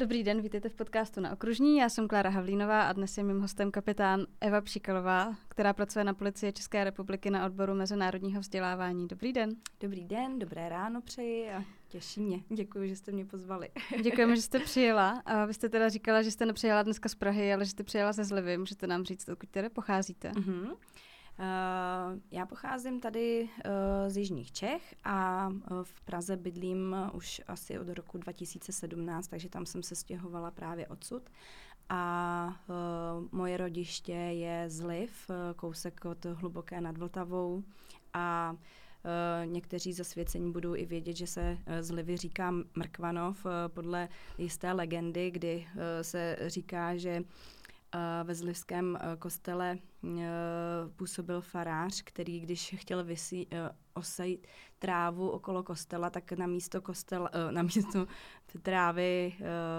Dobrý den, vítejte v podcastu Na okružní. Já jsem Klára Havlínová a dnes je mým hostem kapitán Eva Příkalová, která pracuje na Policii České republiky na odboru mezinárodního vzdělávání. Dobrý den. Dobrý den, dobré ráno přeji a těší mě. Děkuji, že jste mě pozvali. Děkujeme, že jste přijela. A vy jste teda říkala, že jste nepřijela dneska z Prahy, ale že jste přijela ze Zlivy. Můžete nám říct, odkud tedy pocházíte? Já pocházím tady z jižních Čech a v Praze bydlím už asi od roku 2017, takže tam jsem se stěhovala právě odsud. A moje rodiště je Zliv, kousek od Hluboké nad Vltavou a někteří zasvěcení budou i vědět, že se Zlivy říká Mrkvanov podle jisté legendy, kdy se říká, že ve zlivském kostele působil farář, který když chtěl osejt trávu okolo kostela, tak na místo trávy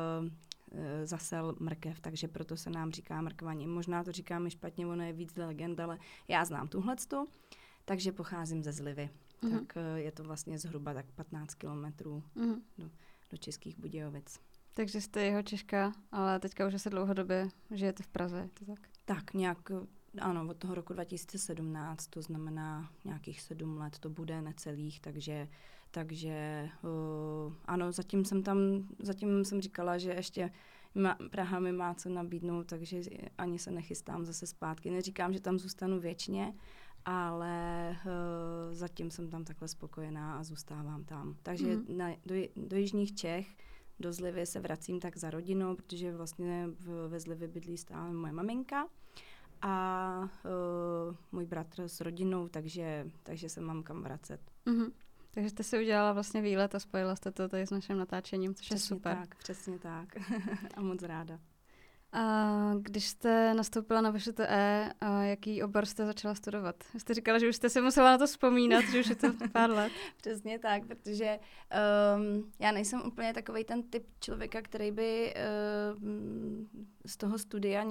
zasel mrkev, takže proto se nám říká mrkvaní. Možná to říkáme špatně, ono je víc legend, ale já znám tuhletu, takže pocházím ze Zlivy. Tak je to vlastně zhruba tak 15 kilometrů do Českých Budějovic. Takže jste jeho Češka, ale teďka už asi dlouhodobě žijete v Praze, je to tak? Tak nějak, ano, od toho roku 2017, to znamená nějakých 7 let, to bude necelých, takže ano, zatím jsem říkala, že ještě Praha mi má co nabídnout, takže ani se nechystám zase zpátky. Neříkám, že tam zůstanu věčně, ale zatím jsem tam takhle spokojená a zůstávám tam. Takže do jižních Čech, do Zlivy se vracím tak za rodinou, protože vlastně ve Zlivě bydlí stále moje maminka a můj bratr s rodinou, takže se mám kam vracet. Takže jste si udělala vlastně výlet a spojila jste to tady s naším natáčením, což je super. Přesně tak. A moc ráda. A když jste nastoupila na VŠTE, jaký obor jste začala studovat? Jste říkala, že už jste se musela na to vzpomínat, že už je to pár let. Přesně tak, protože já nejsem úplně takovej ten typ člověka, který by z toho studia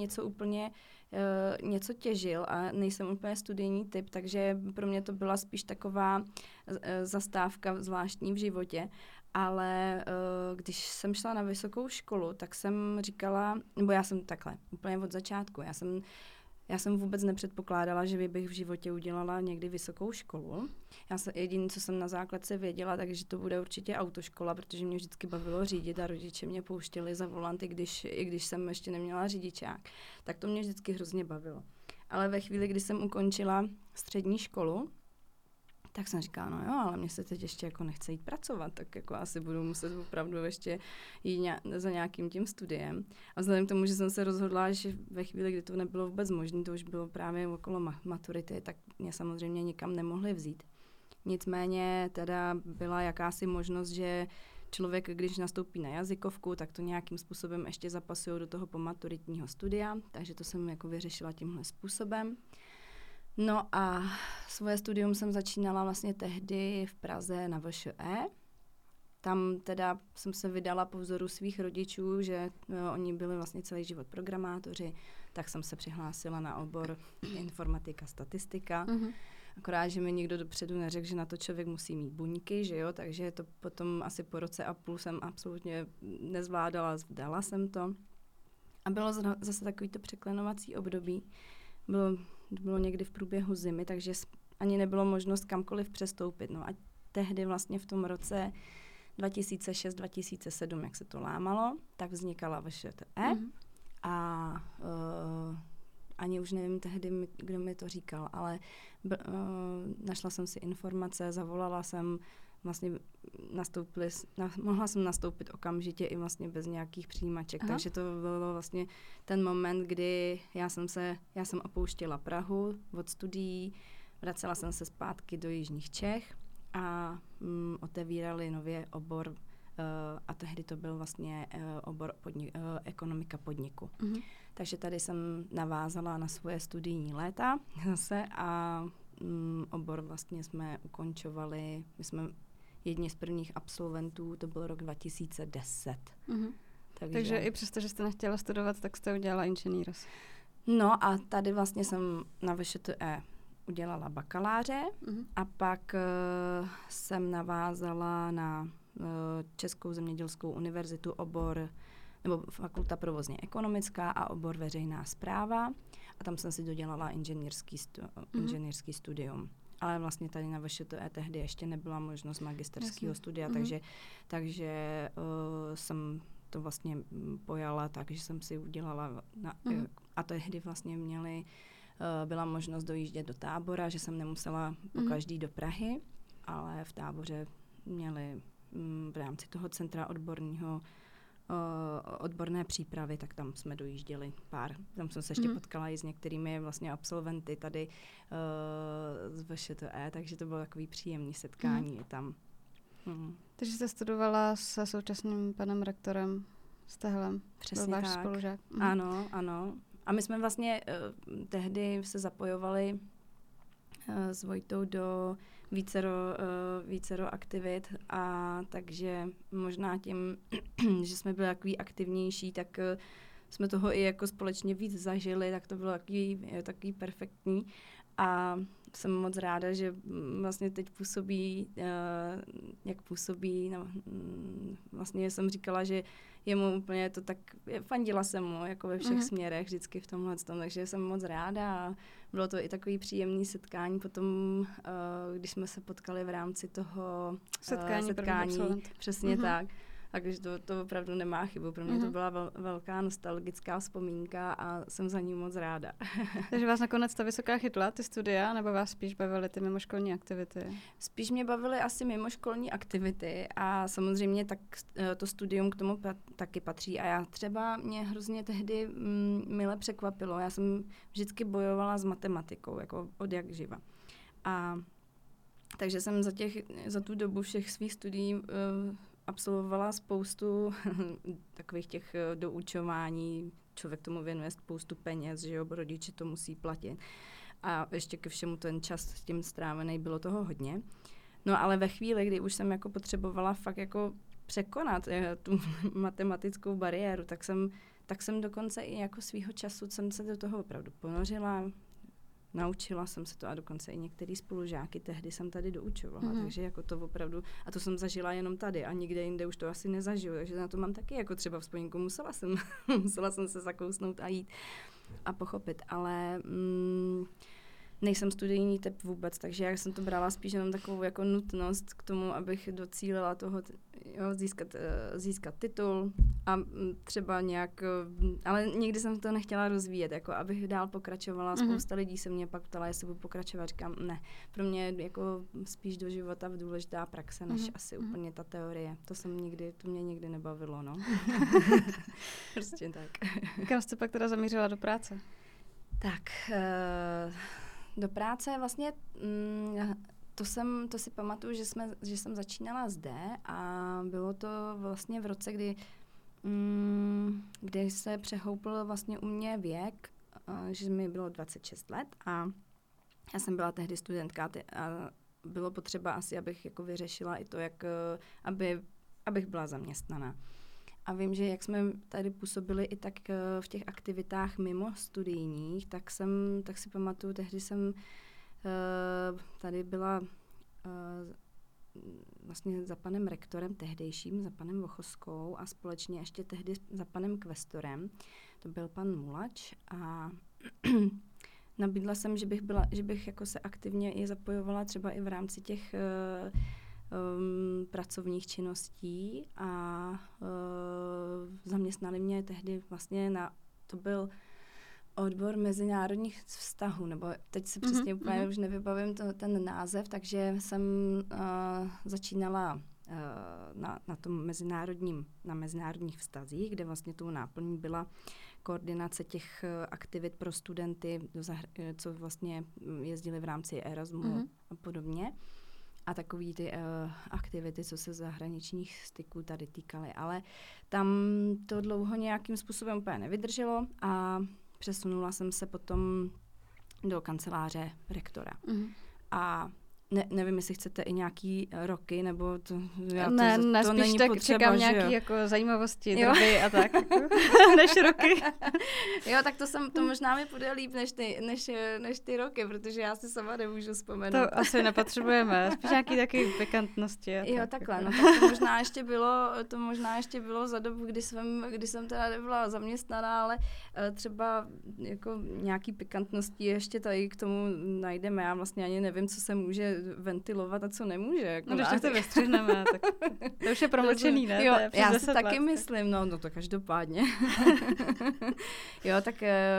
něco těžil a nejsem úplně studijní typ, takže pro mě to byla spíš taková zastávka zvláštní v životě. Ale když jsem šla na vysokou školu, tak jsem říkala, nebo já jsem takhle, úplně od začátku, já jsem vůbec nepředpokládala, že bych v životě udělala někdy vysokou školu. Jediné, co jsem na základce věděla, takže to bude určitě autoškola, protože mě vždycky bavilo řídit a rodiče mě pouštěli za volant, i když jsem ještě neměla řidičák. Tak to mě vždycky hrozně bavilo. Ale ve chvíli, kdy jsem ukončila střední školu, tak jsem říkala, no jo, ale mě se teď ještě jako nechce jít pracovat, tak jako asi budu muset opravdu ještě jít za nějakým tím studiem. A vzhledem k tomu, že jsem se rozhodla, že ve chvíli, kdy to nebylo vůbec možné, to už bylo právě okolo maturity, tak mě samozřejmě nikam nemohli vzít. Nicméně teda byla jakási možnost, že člověk, když nastoupí na jazykovku, tak to nějakým způsobem ještě zapasují do toho pomaturitního studia, takže to jsem jako vyřešila tímhle způsobem. No a svoje studium jsem začínala vlastně tehdy v Praze na VŠE. Tam teda jsem se vydala po vzoru svých rodičů, že oni byli vlastně celý život programátoři, tak jsem se přihlásila na obor informatika, statistika. Akorát, že mi nikdo dopředu neřekl, že na to člověk musí mít buňky, že jo, takže to potom asi po roce a půl jsem absolutně nezvládala, vzdala jsem to. A bylo zase takovýto překlenovací období. Bylo někdy v průběhu zimy, takže ani nebylo možnost kamkoliv přestoupit. No a tehdy vlastně v tom roce 2006-2007, jak se to lámalo, tak vznikala VŠTE a ani už nevím tehdy, kdo mi to říkal, ale našla jsem si informace, zavolala jsem, vlastně mohla jsem nastoupit okamžitě i vlastně bez nějakých přijímaček, takže to bylo vlastně ten moment, kdy já jsem opouštěla Prahu od studií, vracela jsem se zpátky do jižních Čech a otevírali nově obor a tehdy to byl vlastně obor ekonomika podniku. Takže tady jsem navázala na svoje studijní léta zase a obor vlastně jsme ukončovali, my jsme jedni z prvních absolventů, to byl rok 2010. Takže i přesto, že jste nechtěla studovat, tak jste udělala inženýros. No a tady vlastně jsem na VŠTE udělala bakaláře a pak jsem navázala na Českou zemědělskou univerzitu obor nebo fakulta provozně ekonomická a obor veřejná správa. A tam jsem si dodělala inženýrský studium. Ale vlastně tady na VŠTE tehdy ještě nebyla možnost magisterského studia, takže jsem to vlastně pojala tak, že jsem si udělala, a tehdy vlastně byla možnost dojíždět do Tábora, že jsem nemusela pokaždý do Prahy, ale v Táboře měli v rámci toho centra odborné přípravy, tak tam jsme dojížděli tam jsem se ještě potkala i s některými vlastně absolventy tady z VŠTE, takže to bylo takový příjemný setkání i tam. Takže jste studovala se současným panem rektorem Stehlem. Přesně byl váš tak. spolužák. Ano. A my jsme vlastně tehdy se zapojovali s Vojtou do vícero aktivit, a takže možná tím, že jsme byli takový aktivnější, tak jsme toho i jako společně víc zažili, tak to bylo takový perfektní. A jsem moc ráda, že vlastně teď působí, jak působí. No, vlastně jsem říkala, že jemu úplně to tak, fandila jsem mu jako ve všech směrech vždycky v tomhle tom, takže jsem moc ráda a bylo to i takový příjemný setkání potom, když jsme se potkali v rámci toho setkání přesně tak. Takže to opravdu nemá chybu. Pro mě to byla velká nostalgická vzpomínka a jsem za ní moc ráda. Takže vás nakonec ta vysoká chytla, ty studia, nebo vás spíš bavily ty mimoškolní aktivity? Spíš mě bavily asi mimoškolní aktivity a samozřejmě tak to studium k tomu taky patří. A já třeba mě hrozně tehdy mile překvapilo. Já jsem vždycky bojovala s matematikou, jako od jak živa. A takže jsem za tu dobu všech svých studií absolvovala spoustu takových těch doučování. Člověk tomu věnuje spoustu peněz, že jo, rodiče to musí platit. A ještě ke všemu ten čas s tím strávený, bylo toho hodně. No ale ve chvíli, kdy už jsem jako potřebovala fakt jako překonat tu matematickou bariéru, tak jsem dokonce i jako svýho času jsem se do toho opravdu ponořila. Naučila jsem se to a dokonce i některý spolužáky tehdy jsem tady doučovala, takže jako to opravdu, a to jsem zažila jenom tady a nikde jinde už to asi nezažiju, takže na to mám taky jako třeba vzpomínku, musela jsem se zakousnout a jít a pochopit, ale nejsem studijní typ vůbec, takže já jsem to brala spíš jenom takovou jako nutnost k tomu, abych docílila toho, získat titul a třeba nějak, ale nikdy jsem to nechtěla rozvíjet, jako abych dál pokračovala. Spousta lidí se mě pak ptala, jestli budu pokračovat, říkám ne. Pro mě jako spíš do života důležitá praxe, než asi úplně ta teorie. To mě nikdy nebavilo, no. Prostě tak. Kam jste pak teda zamířila do práce? Tak, do práce vlastně to si pamatuju, že jsem začínala zde a bylo to vlastně v roce, kdy se přehoupl vlastně u mě věk, že mi bylo 26 let a já jsem byla tehdy studentka a bylo potřeba asi, abych jako vyřešila i to, abych byla zaměstnaná. A vím, že jak jsme tady působili i tak v těch aktivitách mimo studijních, tak si pamatuju, tehdy jsem tady byla vlastně za panem rektorem tehdejším, za panem Vochoskou a společně ještě tehdy za panem kvestorem. To byl pan Mulač a nabídla jsem, že bych jako se aktivně i zapojovala třeba i v rámci těch pracovních činností a zaměstnali mě tehdy vlastně to byl odbor mezinárodních vztahů, nebo teď si přesně úplně už nevybavím ten název, takže jsem začínala na tom na mezinárodních vztazích, kde vlastně tou náplní byla koordinace těch aktivit pro studenty, co vlastně jezdili v rámci Erasmu a podobně. A takový ty aktivity, co se zahraničních styků tady týkaly. Ale tam to dlouho nějakým způsobem úplně nevydrželo a přesunula jsem se potom do kanceláře rektora. A nevím, jestli chcete i nějaký roky, nebo to, ne, to spíš není tak potřeba, čekám že nějaký jako zajímavosti, drby a tak, jako, než roky. Jo, tak to možná mi půjde líp než ty roky, protože já si sama nemůžu vzpomenout. To asi nepotřebujeme, spíš nějaký taky pikantnosti. A jo, tak, takhle, jako. no tak to možná ještě bylo za dobu, kdy jsem teda nebyla zaměstnaná, ale třeba jako nějaký pikantnosti ještě tady k tomu najdeme. Já vlastně ani nevím, co se může ventilovat a co nemůže. Jako no, když tak to vystřihneme, tak to už je promlčený, ne? Jo, já si taky myslím, no to každopádně. Jo, tak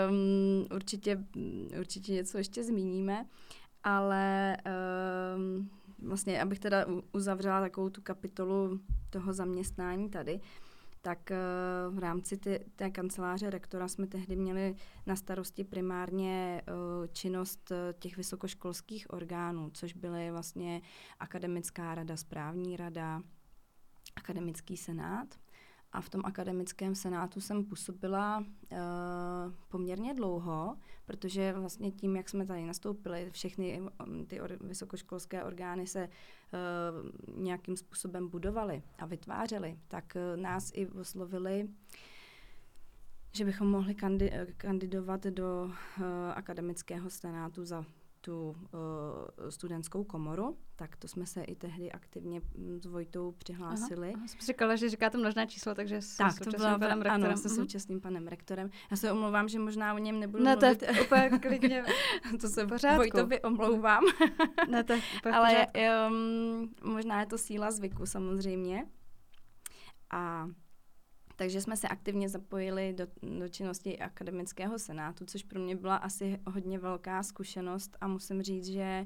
určitě něco ještě zmíníme, ale vlastně, abych teda uzavřela takovou tu kapitolu toho zaměstnání tady, tak v rámci té kanceláře rektora jsme tehdy měli na starosti primárně činnost těch vysokoškolských orgánů, což byly vlastně akademická rada, správní rada, akademický senát. A v tom akademickém senátu jsem působila poměrně dlouho, protože vlastně tím, jak jsme tady nastoupili, všechny ty vysokoškolské orgány se nějakým způsobem budovaly a vytvářely, tak nás i oslovili, že bychom mohli kandidovat do akademického senátu za tu studentskou komoru, tak to jsme se i tehdy aktivně s Vojtou přihlásili. Aha. Jsem říkala, že říkáte množné číslo, takže s současným panem rektorem. Ano, se současným panem rektorem. Já se omlouvám, že možná o něm nebudu mluvit. Ne, to je úplně klidně. To se Vojtovi omlouvám. Ne, to je úplně ale možná je to síla zvyku samozřejmě. A takže jsme se aktivně zapojili do činnosti akademického senátu, což pro mě byla asi hodně velká zkušenost a musím říct, že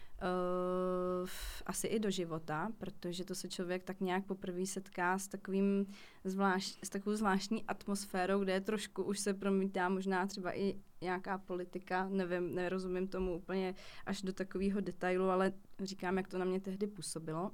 asi i do života, protože to se člověk tak nějak poprvé setká s takovou zvláštní atmosférou, kde trošku už se promítá možná třeba i nějaká politika, nevím, nerozumím tomu úplně až do takového detailu, ale říkám, jak to na mě tehdy působilo.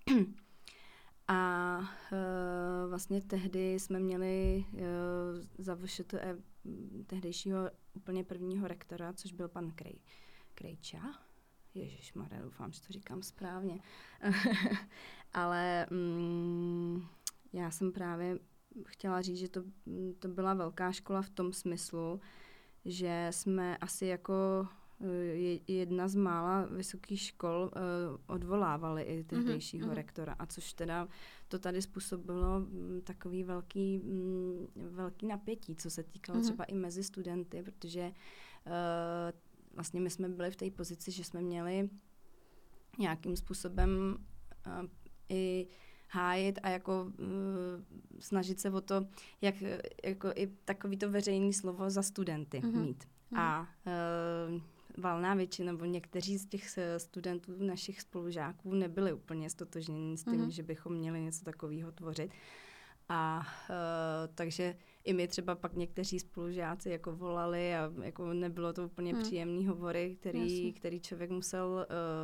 A vlastně tehdy jsme měli za VŠTE tehdejšího úplně prvního rektora, což byl pan Krejča. Ježišmarja, doufám, že to říkám správně. Ale já jsem právě chtěla říct, že to byla velká škola v tom smyslu, že jsme asi jako jedna z mála vysokých škol odvolávali i tehdejšího rektora, a což teda to tady způsobilo takový velký napětí, co se týkalo třeba i mezi studenty, protože vlastně my jsme byli v té pozici, že jsme měli nějakým způsobem i hájit a jako snažit se o to, jak jako i takovýto veřejný slovo za studenty mít. A valná většina, nebo někteří z těch studentů, našich spolužáků, nebyli úplně stotožněni s tím, že bychom měli něco takového tvořit. A takže i my třeba pak někteří spolužáci jako volali a jako nebylo to úplně příjemný hovory, který člověk musel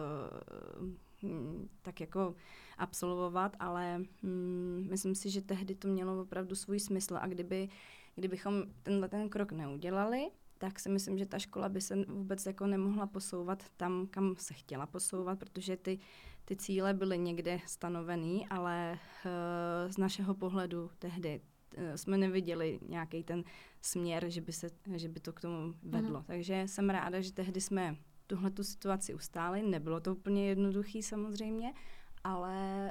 tak jako absolvovat, ale myslím si, že tehdy to mělo opravdu svůj smysl a kdybychom ten krok neudělali, tak si myslím, že ta škola by se vůbec jako nemohla posouvat tam, kam se chtěla posouvat, protože ty cíle byly někde stanovený, ale z našeho pohledu tehdy jsme neviděli nějaký ten směr, že by to k tomu vedlo. Takže jsem ráda, že tehdy jsme tuhletu situaci ustáli. Nebylo to úplně jednoduchý samozřejmě, ale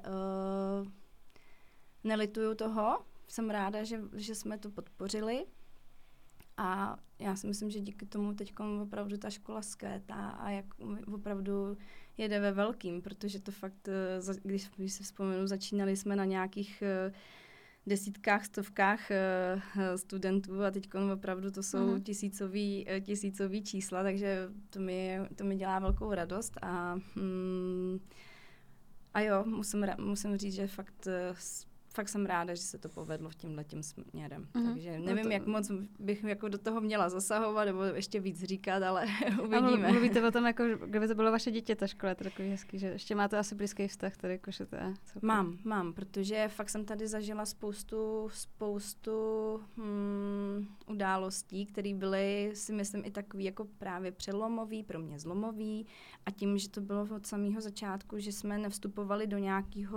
nelituju toho. Jsem ráda, že jsme to podpořili. A já si myslím, že díky tomu teď opravdu ta škola zkvétá a jak opravdu jede ve velkým, protože to fakt, když si vzpomenu, začínali jsme na nějakých desítkách, stovkách studentů a teď opravdu to jsou tisícový čísla, takže to mi dělá velkou radost a jo, musím říct, že fakt fakt jsem ráda, že se to povedlo v tímhletím směrem. Takže nevím, jak moc bych jako do toho měla zasahovat, nebo ještě víc říkat, ale uvidíme. A mluvíte o tom, jako, kdyby to bylo vaše dítě, ta škola, je to takový hezký, že ještě máte asi blízký vztah tady k Košeté. Mám, protože fakt jsem tady zažila spoustu událostí, které byly, si myslím, i takový jako právě přelomový, pro mě zlomový, a tím, že to bylo od samého začátku, že jsme nevstupovali do nějakého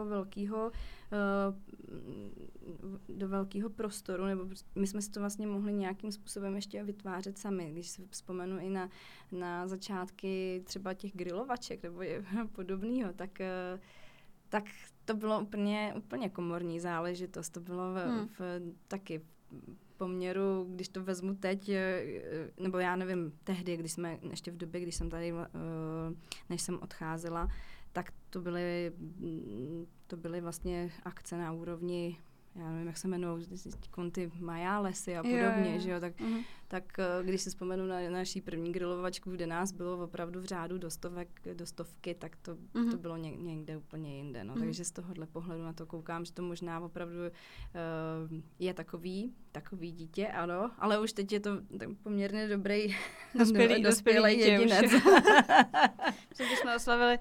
velkého prostoru, nebo my jsme si to vlastně mohli nějakým způsobem ještě vytvářet sami. Když si vzpomenu i na začátky třeba těch grilovaček nebo podobného, tak to bylo úplně komorní záležitost. To bylo taky poměru, když to vezmu teď, nebo já nevím, tehdy, když jsme, ještě v době, když jsem tady, než jsem odcházela, tak to byly vlastně akce na úrovni, já nevím, jak se jmenují, ty Majálesy a podobně, že jo, tak když si vzpomenu na naší první grilovačku, kde nás bylo opravdu v řádu do stovky, tak to bylo někde úplně jinde, no. Takže z tohohle pohledu na to koukám, že to možná opravdu je takový dítě, ano, ale už teď je to poměrně dobrý dospělý jedinec. Myslím, že jsme oslavili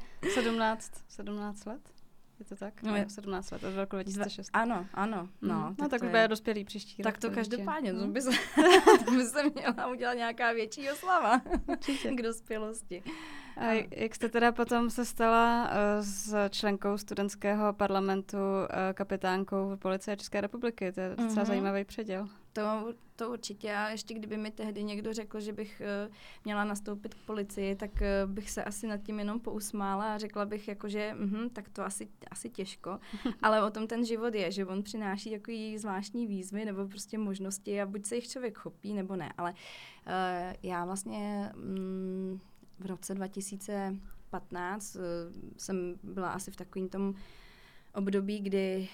17 let. Je to tak? No, 17 let, od roku 2006. Ano. No, tak už bude dospělý příští rok. Tak to každopádně, to by se měla udělat nějaká větší oslava k dospělosti. A jak jste teda potom se stala s členkou studentského parlamentu, kapitánkou Policie České republiky? To je docela zajímavý předěl. To určitě. A ještě kdyby mi tehdy někdo řekl, že bych měla nastoupit k policii, tak bych se asi nad tím jenom pousmála a řekla bych, jako, že tak to asi těžko. Ale o tom ten život je, že on přináší takový zvláštní výzvy nebo prostě možnosti a buď se jich člověk chopí, nebo ne. Ale já vlastně v roce 2015 jsem byla asi v takovým tom období, kdy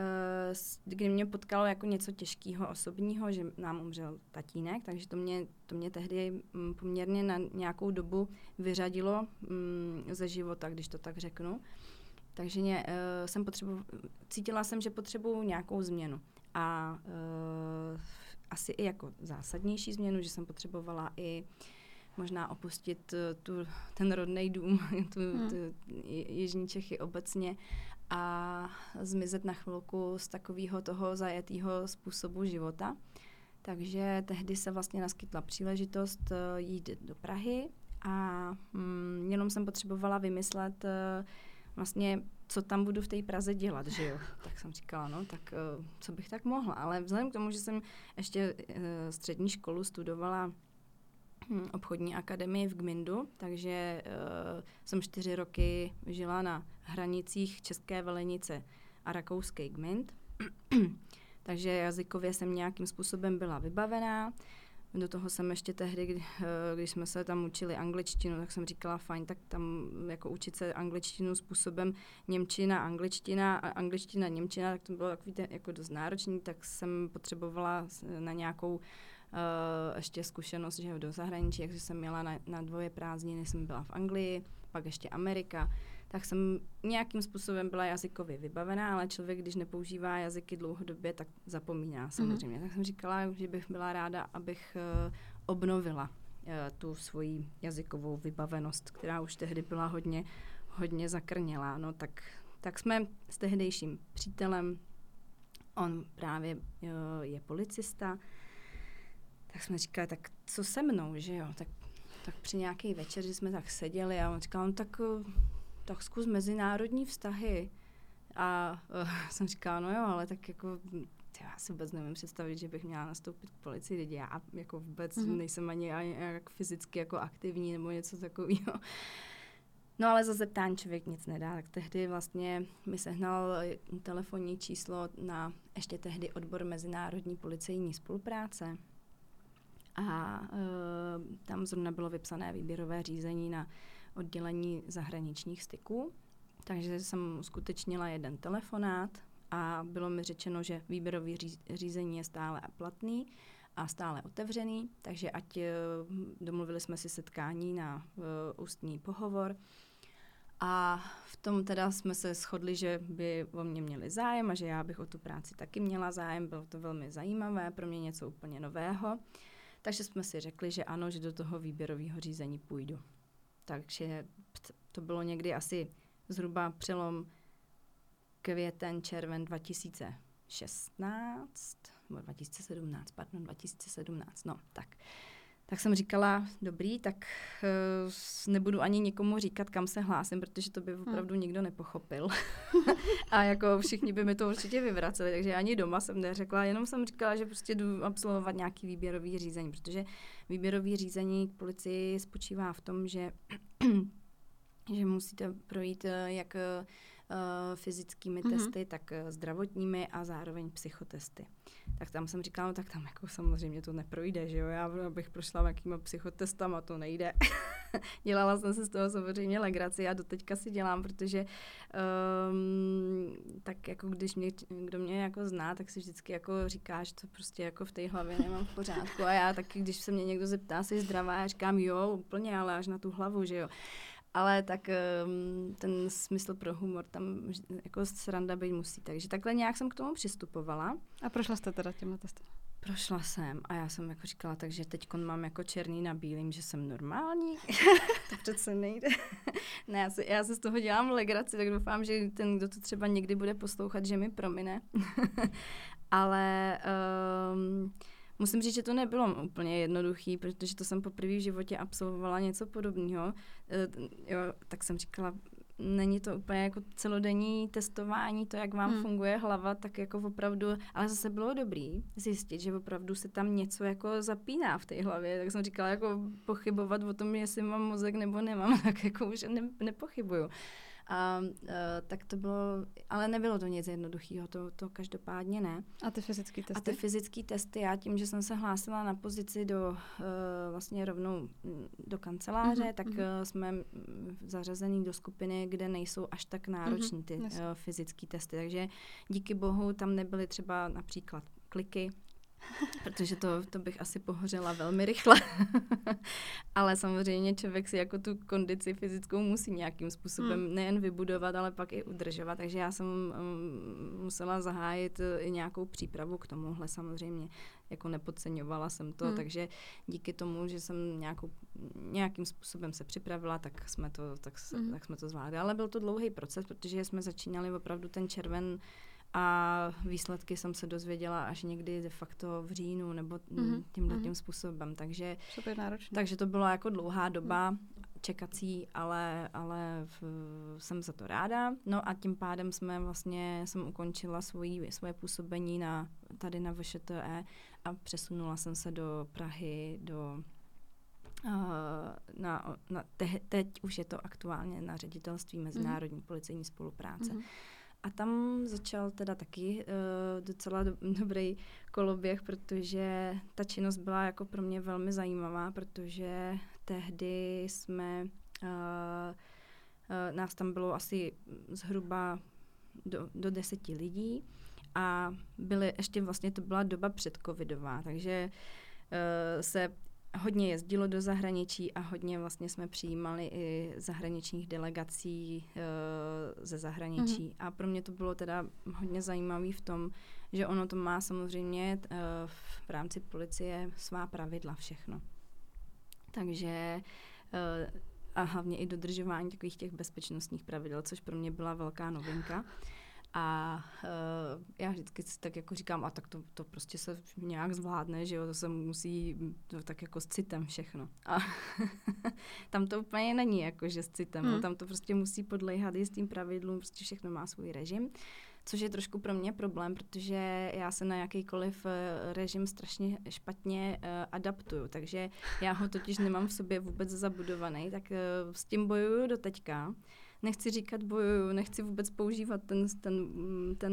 mě potkalo jako něco těžkého osobního, že nám umřel tatínek, takže to mě tehdy poměrně na nějakou dobu vyřadilo ze života, když to tak řeknu. Takže cítila jsem, že potřebuju nějakou změnu. A asi i jako zásadnější změnu, že jsem potřebovala i možná opustit ten rodnej dům, Jižní Čechy obecně, a zmizet na chvilku z takového toho zajetého způsobu života. Takže tehdy se vlastně naskytla příležitost jít do Prahy a jenom jsem potřebovala vymyslet vlastně, co tam budu v té Praze dělat, že jo. Tak jsem říkala, no, tak co bych tak mohla. Ale vzhledem k tomu, že jsem ještě střední školu studovala obchodní akademii v Gmindu, takže jsem 4 roky žila na hranicích České Velenice a rakouské Gmund. Takže jazykově jsem nějakým způsobem byla vybavená. Do toho jsem ještě tehdy, když jsme se tam učili angličtinu, tak jsem říkala, fajn, tak tam jako učit se angličtinu způsobem němčina, angličtina a angličtina, němčina, tak to bylo takový jako dost náročný, tak jsem potřebovala na nějakou ještě zkušenost, že do zahraničí, takže jsem měla na 2 prázdniny, jsem byla v Anglii, pak ještě Amerika, tak jsem nějakým způsobem byla jazykově vybavená, ale člověk, když nepoužívá jazyky dlouhodobě, tak zapomíná samozřejmě. Tak jsem říkala, že bych byla ráda, abych obnovila tu svoji jazykovou vybavenost, která už tehdy byla hodně zakrnělá. No tak jsme s tehdejším přítelem, on právě je policista, tak jsme říkali, tak co se mnou, že jo? Tak při nějaký večer, že jsme tak seděli a on říkal, tak zkus mezinárodní vztahy. A jsem říkala, no jo, ale tak jako, já si vůbec nevím představit, že bych měla nastoupit k policii, teď já jako vůbec nejsem ani jak fyzicky jako aktivní nebo něco takového. No ale za zeptání člověk nic nedá, tak tehdy vlastně mi sehnal telefonní číslo na ještě tehdy odbor mezinárodní policejní spolupráce. A tam zrovna bylo vypsané výběrové řízení na oddělení zahraničních styků. Takže jsem uskutečnila 1 telefonát a bylo mi řečeno, že výběrový řízení je stále platný a stále otevřený, takže domluvili jsme si setkání na ústní pohovor A v tom teda jsme se shodli, že by o mě měli zájem a že já bych o tu práci taky měla zájem. Bylo to velmi zajímavé, pro mě něco úplně nového. Takže jsme si řekli, že ano, že do toho výběrového řízení půjdu. Takže to bylo někdy asi zhruba přelom květen, červen 2016, nebo 2017, no tak. Tak jsem říkala, dobrý, tak nebudu ani nikomu říkat, kam se hlásím, protože to by opravdu nikdo nepochopil. A jako všichni by mi to určitě vyvraceli, takže ani doma jsem neřekla, jenom jsem říkala, že prostě jdu absolvovat nějaký výběrový řízení, protože výběrový řízení k policii spočívá v tom, že musíte projít jak fyzickými testy, tak zdravotními a zároveň psychotesty. Tak tam jsem říkala, no tak tam jako samozřejmě to neprojde, že jo, já bych prošla nějakýma psychotestama, to nejde. Dělala jsem se z toho samozřejmě legraci a doteďka si dělám, protože tak jako kdo mě jako zná, tak si vždycky jako říká, že to prostě jako v té hlavě nemám v pořádku a já taky, když se mě někdo zeptá, jsi zdravá, já říkám jo, úplně, ale až na tu hlavu, že jo. Ale tak ten smysl pro humor tam jako sranda být musí. Takže takhle nějak jsem k tomu přistupovala. A prošla jste teda těma testy? Prošla jsem a já jsem jako říkala, takže teď mám jako černý na bílým, že jsem normální. To přece nejde. Ne, já se z toho dělám legraci, tak doufám, že ten, kdo to třeba někdy bude poslouchat, že mi promine. Ale musím říct, že to nebylo úplně jednoduchý, protože to jsem poprvé v životě absolvovala něco podobného. Tak jsem říkala, není to úplně jako celodenní testování, to, jak vám funguje hlava, tak jako opravdu, ale zase bylo dobrý zjistit, že opravdu se tam něco jako zapíná v té hlavě. Tak jsem říkala, jako pochybovat o tom, jestli mám mozek nebo nemám, tak jako už nepochybuju. A tak to bylo, ale nebylo to nic jednoduchého, to každopádně ne. A ty fyzické testy? A ty fyzické testy, já tím, že jsem se hlásila na pozici vlastně rovnou do kanceláře, tak jsme zařazení do skupiny, kde nejsou až tak nároční ty fyzické testy. Takže díky bohu tam nebyly třeba například kliky, protože to bych asi pohořela velmi rychle. Ale samozřejmě člověk si jako tu kondici fyzickou musí nějakým způsobem nejen vybudovat, ale pak i udržovat. Takže já jsem musela zahájit i nějakou přípravu k tomuhle samozřejmě. Jako nepodceňovala jsem to, takže díky tomu, že jsem nějakým způsobem se připravila, tak jsme to zvládli. Ale byl to dlouhý proces, protože jsme začínali opravdu ten červen a výsledky jsem se dozvěděla až někdy de facto v říjnu nebo tímhletím způsobem. Takže to byla jako dlouhá doba čekací, ale jsem za to ráda. No a tím pádem jsem ukončila svoje působení tady na VŠTE a přesunula jsem se do Prahy, teď už je to aktuálně na ředitelství mezinárodní policejní spolupráce. A tam začal teda taky docela dobrý koloběh, protože ta činnost byla jako pro mě velmi zajímavá, protože tehdy nás tam bylo asi zhruba do 10 lidí a ještě vlastně to byla doba předcovidová, takže se hodně jezdilo do zahraničí a hodně vlastně jsme přijímali i zahraničních delegací ze zahraničí. A pro mě to bylo teda hodně zajímavé v tom, že ono to má samozřejmě v rámci policie svá pravidla všechno. Takže a hlavně i dodržování takových těch bezpečnostních pravidel, což pro mě byla velká novinka. A já vždycky tak jako říkám, a tak to prostě se nějak zvládne, že jo, to se musí tak jako s citem všechno. A tam to úplně není jako, že s citem, no, tam to prostě musí podléhat jistým pravidlům, prostě všechno má svůj režim, což je trošku pro mě problém, protože já se na jakýkoliv režim strašně špatně adaptuju, takže já ho totiž nemám v sobě vůbec zabudovaný, tak s tím bojuju do teďka. Nechci říkat bojuju, nechci vůbec používat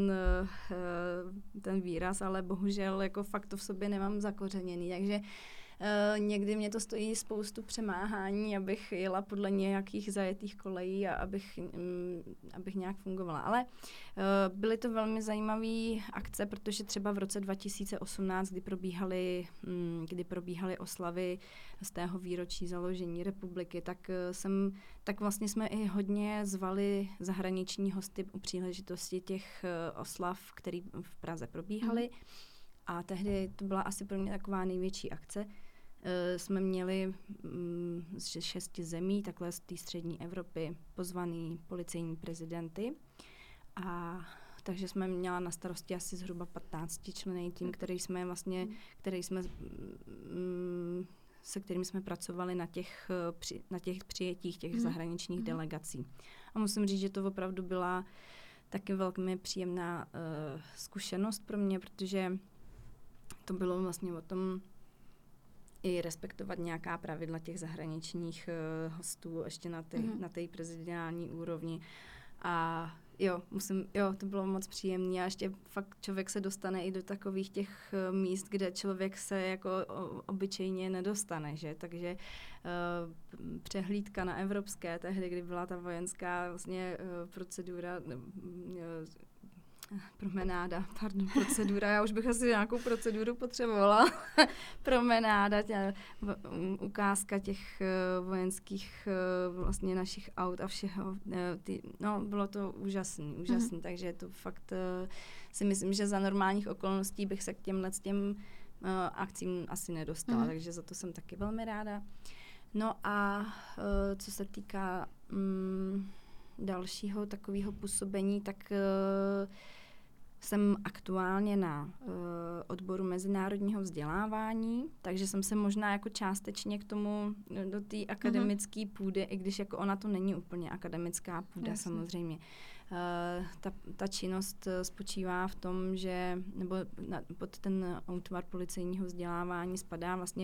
ten výraz, ale bohužel jako fakt to v sobě nemám zakořeněný, takže někdy mě to stojí spoustu přemáhání, abych jela podle nějakých zajetých kolejí a abych nějak fungovala. Ale byly to velmi zajímavé akce, protože třeba v roce 2018, kdy probíhaly oslavy z tého výročí založení republiky, tak vlastně jsme i hodně zvali zahraniční hosty u příležitosti těch oslav, které v Praze probíhaly. A tehdy to byla asi pro mě taková největší akce. Jsme měli z 6 zemí, takhle z té střední Evropy, pozvaný policejní prezidenty. A takže jsme měla na starosti asi zhruba 15členný tým, se kterými jsme pracovali na těch přijetích těch zahraničních delegací. A musím říct, že to opravdu byla taky velmi příjemná zkušenost pro mě, protože to bylo vlastně o tom i respektovat nějaká pravidla těch zahraničních hostů ještě na té prezidiální úrovni. A to bylo moc příjemné a ještě fakt člověk se dostane i do takových těch míst, kde člověk se jako obyčejně nedostane, že? Takže přehlídka na evropské, tehdy, kdy byla ta vojenská vlastně procedura, procedura, já už bych asi nějakou proceduru potřebovala. Promenáda, ukázka těch vojenských vlastně našich aut a všeho. Bylo to úžasný, takže to fakt si myslím, že za normálních okolností bych se k těm akcím asi nedostala, takže za to jsem taky velmi ráda. No a co se týká dalšího takového působení, tak jsem aktuálně na odboru mezinárodního vzdělávání, takže jsem se možná jako částečně k tomu do té akademické půdy, i když jako ona to není úplně akademická půda. Jasně. Samozřejmě. Ta činnost spočívá v tom, že pod ten útvar policejního vzdělávání spadá vlastně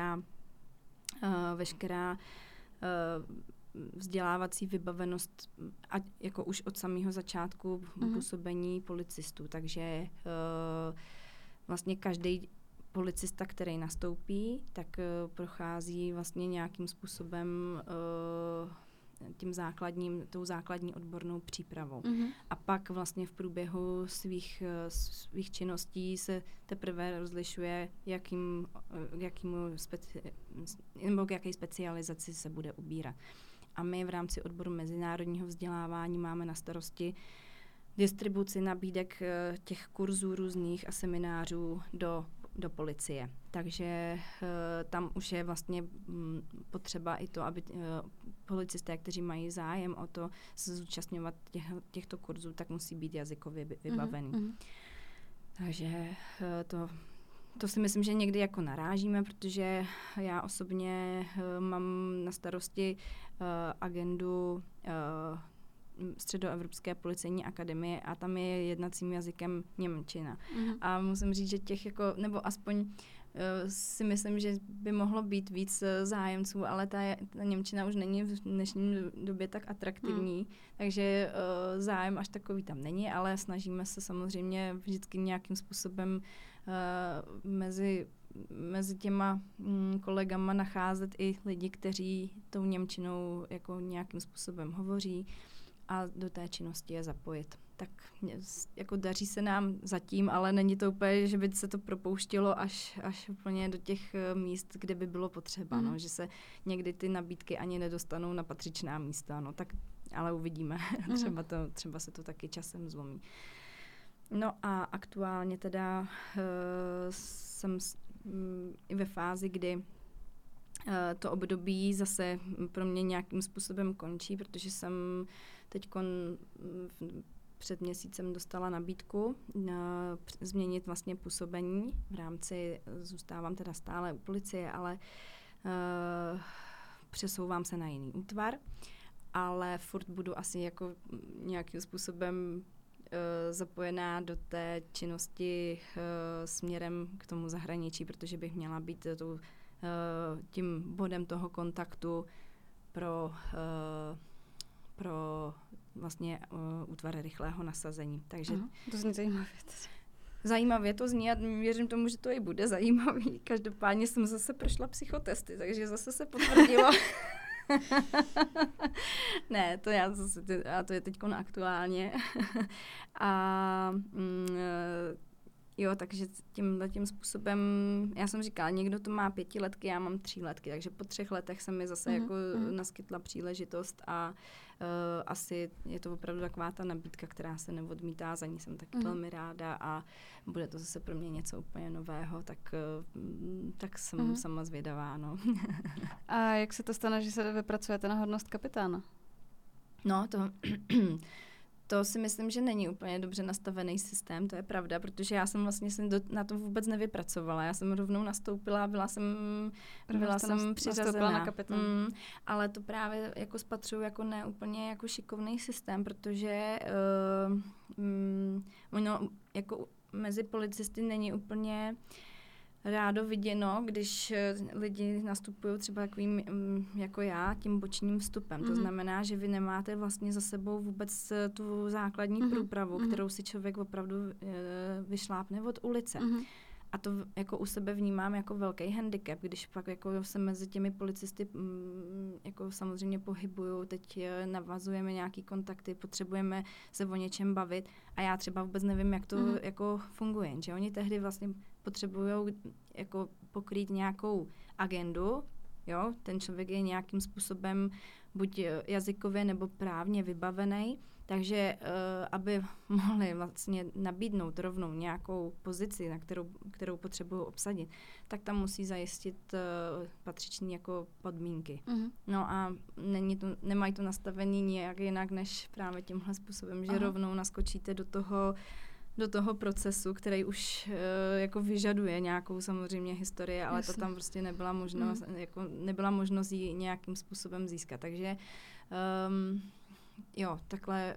veškerá vzdělávací vybavenost a jako už od samého začátku působení policistů. Takže vlastně každý policista, který nastoupí, tak prochází vlastně nějakým způsobem tou základní odbornou přípravou. A pak vlastně v průběhu svých činností se teprve rozlišuje, k jaké specializaci se bude ubírat. A my v rámci odboru mezinárodního vzdělávání máme na starosti distribuci nabídek těch kurzů různých a seminářů do policie. Takže tam už je vlastně potřeba i to, aby policisté, kteří mají zájem o to se zúčastňovat těchto kurzů, tak musí být jazykově vybavený. Takže to si myslím, že někdy jako narážíme, protože já osobně mám na starosti agendu Středoevropské policejní akademie a tam je jednacím jazykem němčina. A musím říct, že nebo aspoň si myslím, že by mohlo být víc zájemců, ale ta němčina už není v dnešní době tak atraktivní, takže zájem až takový tam není, ale snažíme se samozřejmě vždycky nějakým způsobem mezi těma kolegama nacházet i lidi, kteří tou němčinou jako nějakým způsobem hovoří a do té činnosti je zapojit. Tak jako daří se nám zatím, ale není to úplně, že by se to propouštilo až úplně do těch míst, kde by bylo potřeba, že se někdy ty nabídky ani nedostanou na patřičná místa, tak ale uvidíme. Třeba se to taky časem zlomí. No a aktuálně teda jsem i ve fázi, kdy to období zase pro mě nějakým způsobem končí, protože jsem teď před měsícem dostala nabídku změnit vlastně působení v rámci, zůstávám teda stále u policie, ale přesouvám se na jiný útvar, ale furt budu asi jako nějakým způsobem zapojená do té činnosti směrem k tomu zahraničí, protože bych měla být tím bodem toho kontaktu pro vlastně útvar rychlého nasazení. Takže to zní zajímavě. Zajímavě to zní a věřím tomu, že to i bude zajímavý. Každopádně jsem zase prošla psychotesty, takže zase se potvrdilo. Ne, to je teď aktuálně. A jo, takže tímhletím způsobem, já jsem říkala, někdo to má 5letky, já mám 3letky, takže po 3 letech se mi zase jako naskytla příležitost a asi je to opravdu taková ta nabídka, která se neodmítá, za ní jsem taky velmi ráda a bude to zase pro mě něco úplně nového, tak jsem sama zvědavá, no. A jak se to stane, že se vypracujete na hodnost kapitána? No, to si myslím, že není úplně dobře nastavený systém, to je pravda, protože já jsem vlastně na to vůbec nevypracovala. Já jsem rovnou nastoupila, byla jsem přiřazená na kapitána. Ale to právě jako spatřuju jako ne úplně jako šikovný systém, protože ono jako mezi policisty není úplně rádo viděno, když lidi nastupují třeba takovým jako já, tím bočním vstupem. To znamená, že vy nemáte vlastně za sebou vůbec tu základní průpravu, kterou si člověk opravdu vyšlápne od ulice. A to jako u sebe vnímám jako velký handicap, když pak jako se mezi těmi policisty jako samozřejmě pohybuju, teď navazujeme nějaký kontakty, potřebujeme se o něčem bavit a já třeba vůbec nevím, jak to jako funguje, že oni tehdy vlastně potřebují jako pokrýt nějakou agendu, jo, ten člověk je nějakým způsobem buď jazykově nebo právně vybavený, takže aby mohli vlastně nabídnout rovnou nějakou pozici, na kterou potřebují obsadit, tak tam musí zajistit patřičné jako podmínky. No a nemají to nastavený nějak jinak, než právě tímhle způsobem, že rovnou naskočíte do toho procesu, který už jako vyžaduje nějakou samozřejmě historii, ale Jasně. To tam prostě nebyla možnost, jako nebyla možnost ji nějakým způsobem získat. Takže jo, takhle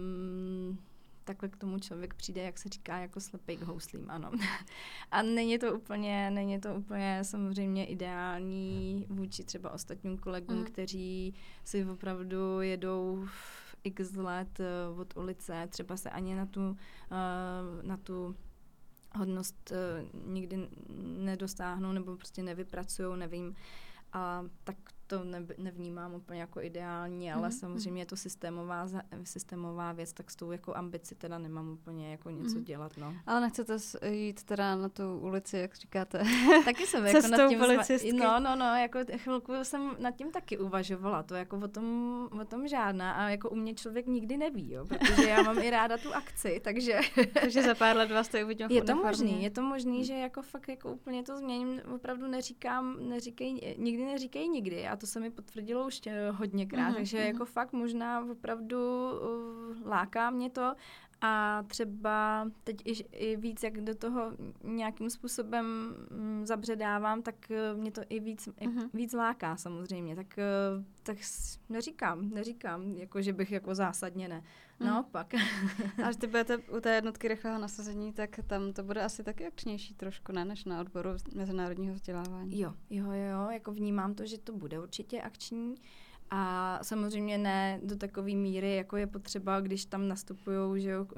k tomu člověk přijde, jak se říká, jako slepej k houslím, ano. A není to úplně samozřejmě ideální vůči třeba ostatním kolegům, kteří si opravdu jedou x let od ulice, třeba se ani na tu hodnost nikdy nedosáhnou nebo prostě nevypracujou, nevím. A tak to nevnímám úplně jako ideální, ale samozřejmě je to systémová věc, tak s tou jako ambici teda nemám úplně jako něco dělat, no. Ale nechcete jít teda na tu ulici, jak říkáte? Taky jsem jako nad tím policistky. No, jako chvilku jsem nad tím taky uvažovala, to jako o tom žádná a jako u mě člověk nikdy neví, jo, protože já mám i ráda tu akci, takže za pár let vás to uvidím v uniformě. Je to možný, že jako fakt jako úplně to změním, opravdu nikdy neříkej nikdy a to se mi potvrdilo už hodněkrát, takže jako fakt možná opravdu láká mě to a třeba teď i víc, jak do toho nějakým způsobem zabředávám, tak mě to i víc láká samozřejmě, tak neříkám, jako že bych jako zásadně ne. Naopak. A až ty budete u té jednotky rychlého nasazení, tak tam to bude asi taky akčnější trošku, ne, než na odboru mezinárodního vzdělávání. Jo, jako vnímám to, že to bude určitě akční a samozřejmě ne do takové míry, jako je potřeba, když tam nastupujou, že jo,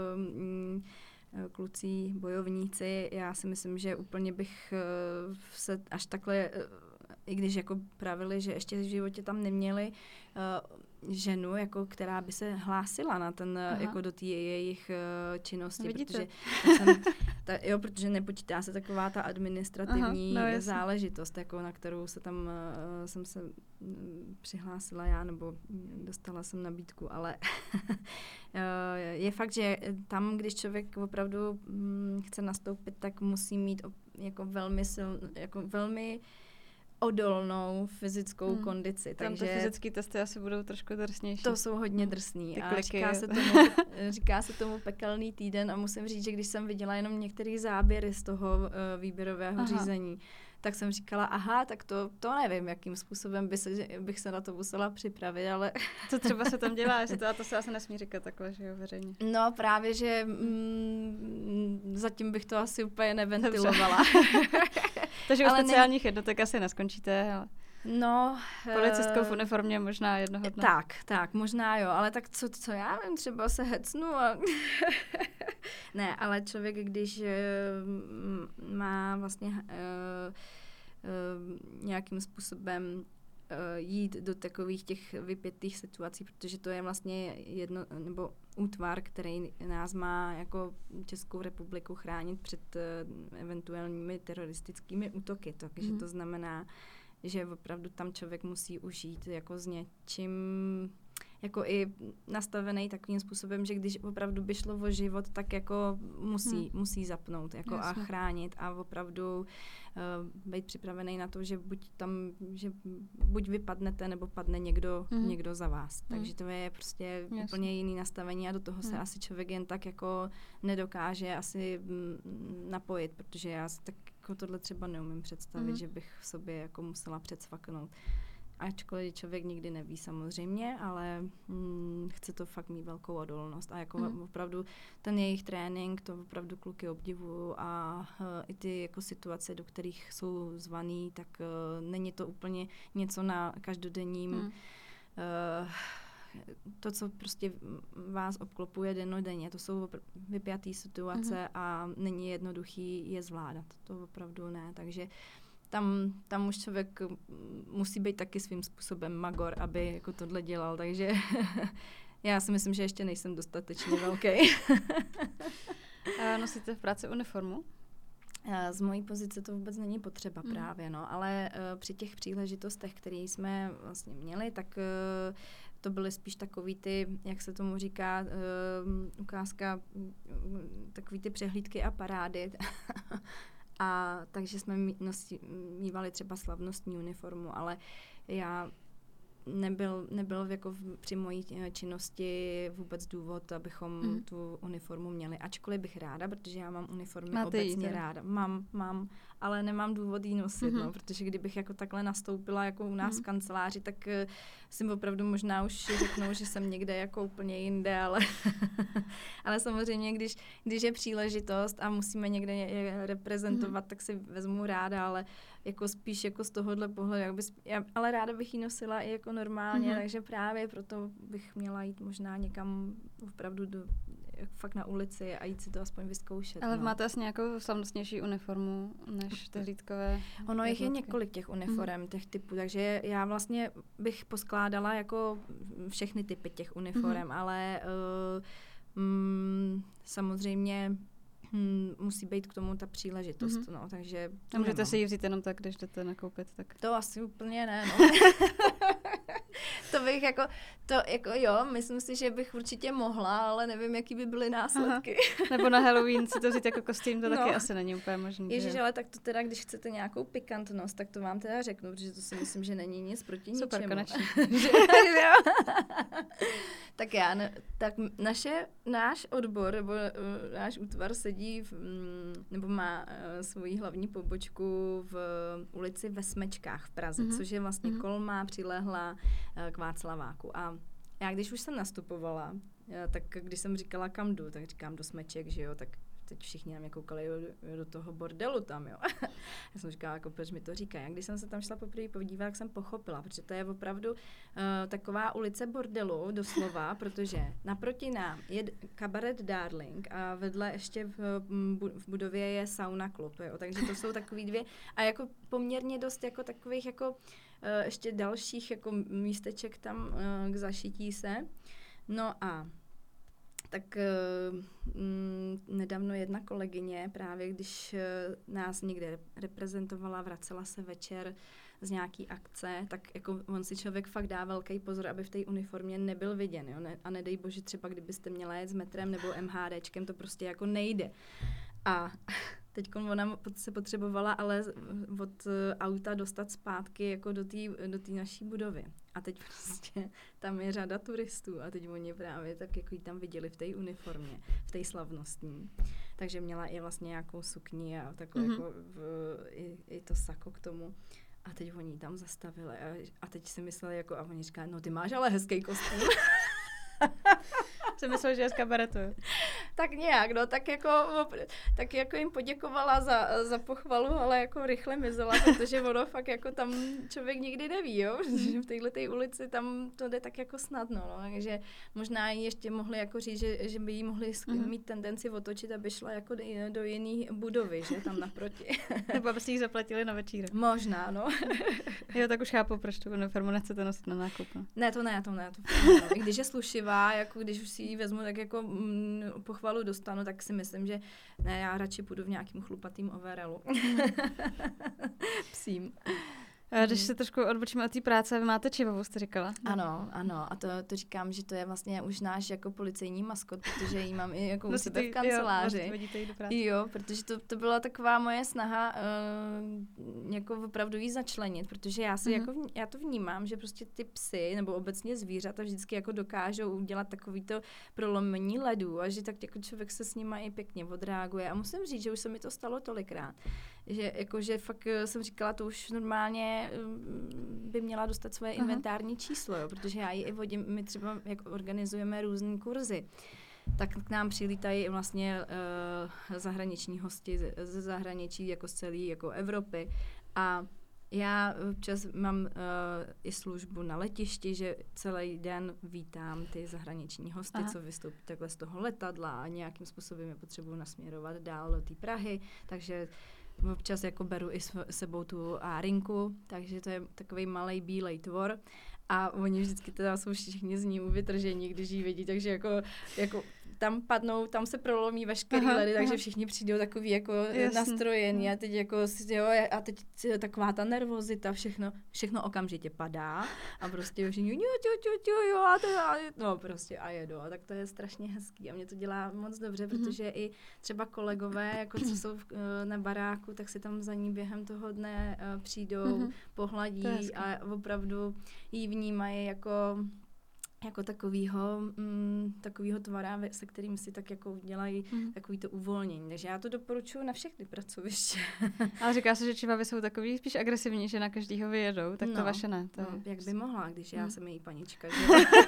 kluci, bojovníci. Já si myslím, že úplně bych se až takhle, i když jako pravili, že ještě v životě tam neměli ženu, jako, která by se hlásila na ten, jako do té jejich činnosti. Vidíte? Protože nepočítá se taková ta administrativní záležitost, jako, na kterou jsem se přihlásila já, nebo dostala jsem nabídku, ale je fakt, že tam, když člověk opravdu chce nastoupit, tak musí mít jako velmi odolnou fyzickou kondici. Tam takže ty fyzické testy asi budou trošku drsnější. To jsou hodně drsný a říká se tomu pekelný týden a musím říct, že když jsem viděla jenom některé záběry z toho výběrového řízení, tak jsem říkala, tak to nevím, jakým způsobem bych se na to musela připravit, ale... Co třeba se tam dělá, a to se asi nesmí říkat takhle, že jo, veřejně. No právě, že zatím bych to asi úplně neventilovala. Takže u speciálních jednotek asi neskončíte, ale... No, policistkou v uniformě možná jednoho dne. Tak, možná jo, ale tak co já vím, třeba se hecnu a... Ne, ale člověk, když má vlastně nějakým způsobem jít do takových těch vypětých situací, protože to je vlastně nebo útvar, který nás má jako Českou republiku chránit před eventuálními teroristickými útoky. Takže to znamená, že opravdu tam člověk musí užít jako s něčím, jako i nastavený takovým způsobem, že když opravdu by šlo o život, tak jako musí zapnout jako a chránit a opravdu být připravený na to, že buď vypadnete, nebo padne někdo za vás. Takže to je prostě úplně jiný nastavení a do toho se asi člověk jen tak jako nedokáže asi napojit, protože já si tak jako tohle třeba neumím představit, že bych v sobě jako musela předsvaknout. Ačkoliv člověk nikdy neví samozřejmě, ale chce to fakt mít velkou odolnost a jako opravdu ten jejich trénink, to opravdu kluky obdivuju a i ty jako situace, do kterých jsou zvaný, tak není to úplně něco na každodenním to, co prostě vás obklopuje dennodenně. To jsou vypjaté situace a není jednoduchý je zvládat. To opravdu ne, takže tam už člověk musí být taky svým způsobem magor, aby jako tohle dělal, takže já si myslím, že ještě nejsem dostatečně velký. A nosíte v práci uniformu? Z mojí pozice to vůbec není potřeba právě, no, ale při těch příležitostech, které jsme vlastně měli, tak to byly spíš takový ty, jak se tomu říká, ukázka, takový ty přehlídky a parády. A takže jsme mívali třeba slavnostní uniformu, ale já nebyl jako při mojí činnosti vůbec důvod, abychom tu uniformu měli. Ačkoliv bych ráda, protože já mám uniformy obecně ráda. Mám, ale nemám důvod jí nosit, no, protože kdybych jako takhle nastoupila jako u nás v kanceláři, tak si opravdu možná už řeknou, že jsem někde jako úplně jinde, ale samozřejmě, když je příležitost a musíme někde je reprezentovat, tak si vezmu ráda, ale jako spíš jako z tohohle pohledu, ale ráda bych ji nosila i jako normálně, takže právě proto bych měla jít možná někam opravdu fakt na ulici a jít si to aspoň vyzkoušet. Ale máte asi nějakou slavnostnější uniformu než ty hlídkové? Ono jich je několik těch uniform, těch typů, takže já vlastně bych poskládala jako všechny typy těch uniform, ale samozřejmě musí být k tomu ta příležitost, no, takže... A můžete si ji vzít jenom tak, když jdete nakoupit, tak... To asi úplně ne, no. To bych jako jo, myslím si, že bych určitě mohla, ale nevím, jaký by byly následky. Nebo na Halloween si to vzít jako kostým, to taky asi není úplně možný. Ježiš, ale tak to teda, když chcete nějakou pikantnost, tak to vám teda řeknu, protože to si myslím, že není nic proti ničemu. Super, konečně. Tak náš odbor, nebo náš útvar sedí, nebo má svoji hlavní pobočku v ulici Ve Smečkách v Praze, což je vlastně Kolmá přilehlá k Václaváku. A já, když už jsem nastupovala, tak když jsem říkala, kam jdu, tak říkám do Smeček, že jo, tak teď všichni na mě koukali do toho bordelu tam, jo. Já jsem říkala, jako proč mi to říkají. A když jsem se tam šla poprvé podívat, tak jsem pochopila, protože to je opravdu taková ulice bordelu, doslova, protože naproti nám je kabaret Darling a vedle ještě v budově je sauna klub, jo. Takže to jsou takový dvě a jako poměrně dost jako takových jako ještě dalších jako místeček tam k zašití se. No a tak nedávno jedna kolegyně, právě když nás někde reprezentovala, vracela se večer z nějaký akce, tak jako on si člověk fakt dá velký pozor, aby v té uniformě nebyl viděn. Jo? A nedej bože, třeba kdybyste měla jet s metrem nebo MHDčkem, to prostě jako nejde. A teď ona se potřebovala ale od auta dostat zpátky jako do té naší budovy. A teď prostě tam je řada turistů a teď oni právě tak jako ji tam viděli v té uniformě, v té slavnostní. Takže měla i vlastně nějakou sukni a takové jako i to sako k tomu. A teď oni tam zastavili a teď si mysleli jako, a oni říkali, no ty máš ale hezký kostým. Jsem myslel, že je z kabaretu. Tak nějak, no, tak jako jim poděkovala za pochvalu, ale jako rychle mizela, protože ono fakt jako tam člověk nikdy neví, jo, protože v téhletej ulici tam to jde tak jako snadno, no, takže možná jí ještě mohli jako říct, že by jí mohli mít tendenci otočit, aby šla jako do jiný budovy, že, tam naproti. Nebo aby si jich zaplatili na večír. Možná, no. Jo, tak už chápu, proč tu uniformu nechcete nosit na nákup. No. Ne, to ne. I když je slušivá, jako když už si ji vezmu, tak jako pochvalu dostanu, tak si myslím, že ne, já radši půjdu v nějakým chlupatým overallu. Psím. Když se trošku odbočíme od té práce, vy máte čivavu, jste říkala? Ano. A to říkám, že to je vlastně už náš jako policejní maskot, protože ji mám i jako u sebe v kanceláři. Jo, protože to byla taková moje snaha jako opravdu ji začlenit, protože já to vnímám, že prostě ty psy nebo obecně zvířata vždycky jako dokážou udělat takovýto prolomení ledu a že tak jako člověk se s nima i pěkně odreaguje. A musím říct, že už se mi to stalo tolikrát, že fakt jsem říkala, to už normálně by měla dostat svoje inventární číslo, jo, protože já ji i vodím, my třeba jak organizujeme různý kurzy, tak k nám přilítají vlastně zahraniční hosti ze zahraničí, jako z celé jako Evropy. A já občas mám i službu na letišti, že celý den vítám ty zahraniční hosty, co vystoupí takhle z toho letadla a nějakým způsobem je potřebuji nasměrovat dál do té Prahy, takže občas jako beru i sebou tu Árinku, takže to je takový malej bílej tvor a oni vždycky teda jsou všichni z ní vytržení, když ji vidí, takže jako tam padnou, tam se prolomí veškerý ledy, takže všichni přijdou takový jako nastrojení a teď jako, jo, a teď taková ta nervozita, všechno okamžitě padá a prostě všichni jo, no prostě a jedu. A tak to je strašně hezký a mě to dělá moc dobře, protože i třeba kolegové, jako co jsou na baráku, tak si tam za ní během toho dne přijdou, pohladí a opravdu jí vnímají jako takovýho tvora, se kterým si tak jako dělají takový to uvolnění. Takže já to doporučuji na všechny pracoviště. Ale říká se, že čivavy jsou takový spíš agresivní, že na každýho vyjedou, tak to vaše ne. To jak by mohla, když já jsem její panička. Že?